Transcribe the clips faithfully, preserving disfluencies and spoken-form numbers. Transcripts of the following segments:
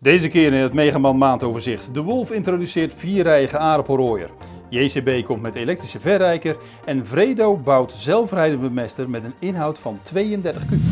Deze keer in het Megaman maandoverzicht. De Wolf introduceert vierrijige aardappelrooier. J C B komt met elektrische verrijker en Vredo bouwt zelfrijdende bemester met een inhoud van tweeëndertig kub.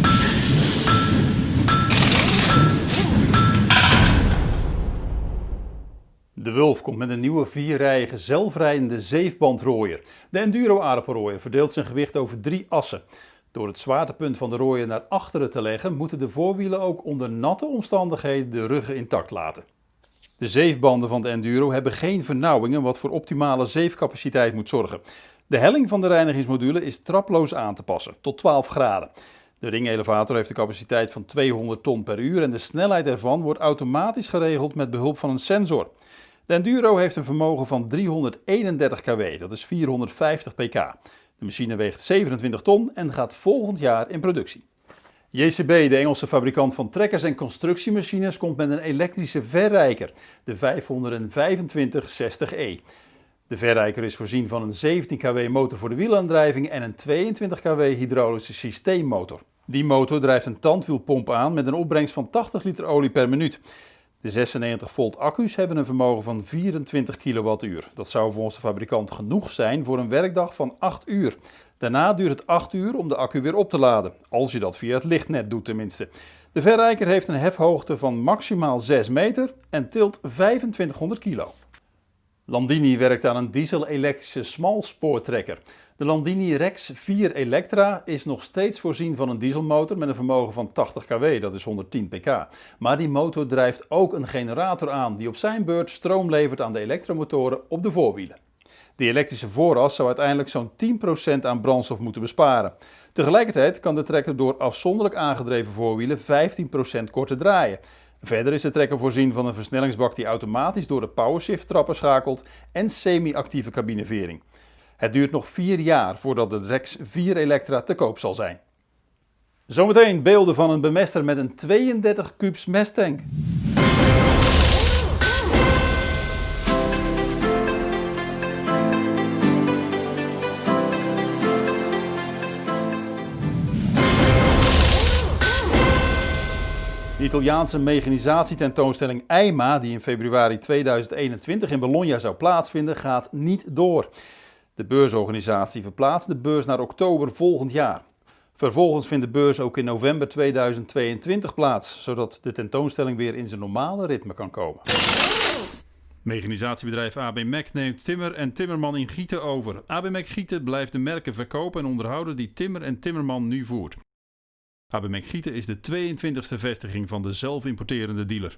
De Wolf komt met een nieuwe vierrijige zelfrijdende zeefbandrooier. De Enduro aardappelrooier verdeelt zijn gewicht over drie assen. Door het zwaartepunt van de rooier naar achteren te leggen, moeten de voorwielen ook onder natte omstandigheden de ruggen intact laten. De zeefbanden van de Enduro hebben geen vernauwingen, wat voor optimale zeefcapaciteit moet zorgen. De helling van de reinigingsmodule is traploos aan te passen, tot twaalf graden. De ringelevator heeft een capaciteit van tweehonderd ton per uur en de snelheid ervan wordt automatisch geregeld met behulp van een sensor. De Enduro heeft een vermogen van driehonderdeenendertig kilowatt, dat is vierhonderdvijftig pk. De machine weegt zevenentwintig ton en gaat volgend jaar in productie. J C B, de Engelse fabrikant van trekkers en constructiemachines, komt met een elektrische verrijker, de vijfhonderdvijfentwintig zestig E. De verrijker is voorzien van een zeventien kilowatt motor voor de wielaandrijving en een tweeëntwintig kilowatt hydraulische systeemmotor. Die motor drijft een tandwielpomp aan met een opbrengst van tachtig liter olie per minuut. De zesennegentig volt accu's hebben een vermogen van vierentwintig kilowattuur. Dat zou volgens de fabrikant genoeg zijn voor een werkdag van acht uur. Daarna duurt het acht uur om de accu weer op te laden, als je dat via het lichtnet doet tenminste. De verrijker heeft een hefhoogte van maximaal zes meter en tilt vijfentwintighonderd kilo. Landini werkt aan een diesel-elektrische smalspoortrekker. De Landini Rex vier Electra is nog steeds voorzien van een dieselmotor met een vermogen van tachtig kilowatt, dat is honderdtien pk. Maar die motor drijft ook een generator aan die op zijn beurt stroom levert aan de elektromotoren op de voorwielen. De elektrische vooras zou uiteindelijk zo'n tien procent aan brandstof moeten besparen. Tegelijkertijd kan de trekker door afzonderlijk aangedreven voorwielen vijftien procent korter draaien. Verder is de trekker voorzien van een versnellingsbak die automatisch door de powershift trappen schakelt en semi-actieve cabinevering. Het duurt nog vier jaar voordat de Rex vier Electra te koop zal zijn. Zometeen beelden van een bemester met een tweeëndertig kubus mesttank. De Italiaanse mechanisatietentoonstelling EIMA, die in februari tweeduizend eenentwintig in Bologna zou plaatsvinden, gaat niet door. De beursorganisatie verplaatst de beurs naar oktober volgend jaar. Vervolgens vindt de beurs ook in november tweeduizend tweeëntwintig plaats, zodat de tentoonstelling weer in zijn normale ritme kan komen. Mechanisatiebedrijf A B Mek neemt Timmer en Timmerman in Gieten over. A B Mek Gieten blijft de merken verkopen en onderhouden die Timmer en Timmerman nu voert. A B Mek Gieten is de tweeëntwintigste vestiging van de zelfimporterende dealer.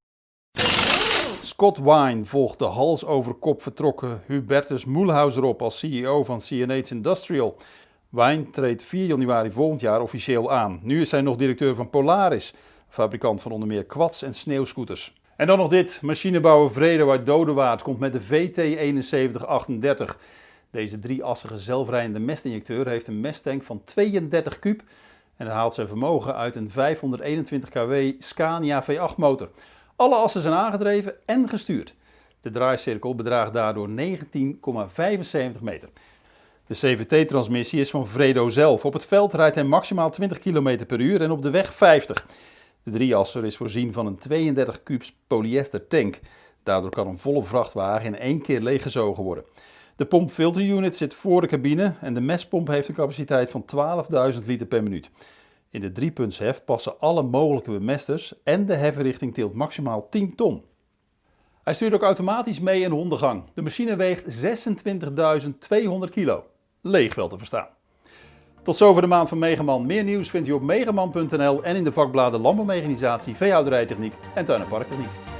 Scott Wine volgt de hals over kop vertrokken Hubertus Mühlhauser op als C E O van C N H Industrial. Wine treedt vier januari volgend jaar officieel aan. Nu is hij nog directeur van Polaris, fabrikant van onder meer quads en sneeuwscooters. En dan nog dit, machinebouwer Vredo uit Dodewaard komt met de V T eenenzeventig achtendertig. Deze drieassige zelfrijdende mestinjecteur heeft een mesttank van tweeëndertig kub en haalt zijn vermogen uit een vijfhonderdeenentwintig kilowatt Scania V acht motor. Alle assen zijn aangedreven en gestuurd. De draaicirkel bedraagt daardoor negentien komma vijfenzeventig meter. De C V T-transmissie is van Vredo zelf. Op het veld rijdt hij maximaal twintig kilometer per uur en op de weg vijftig. De drieasser is voorzien van een tweeëndertig kubus polyester tank. Daardoor kan een volle vrachtwagen in één keer leeggezogen worden. De pompfilterunit zit voor de cabine en de mestpomp heeft een capaciteit van twaalfduizend liter per minuut. In de driepuntshef passen alle mogelijke bemesters en de hefrichting tilt maximaal tien ton. Hij stuurt ook automatisch mee in hondengang. De machine weegt zesentwintigduizend tweehonderd kilo. Leeg wel te verstaan. Tot zover de maand van Megaman. Meer nieuws vindt u op megaman punt n l en in de vakbladen Landbouwmechanisatie, Veehouderijtechniek en Tuin- en Parktechniek.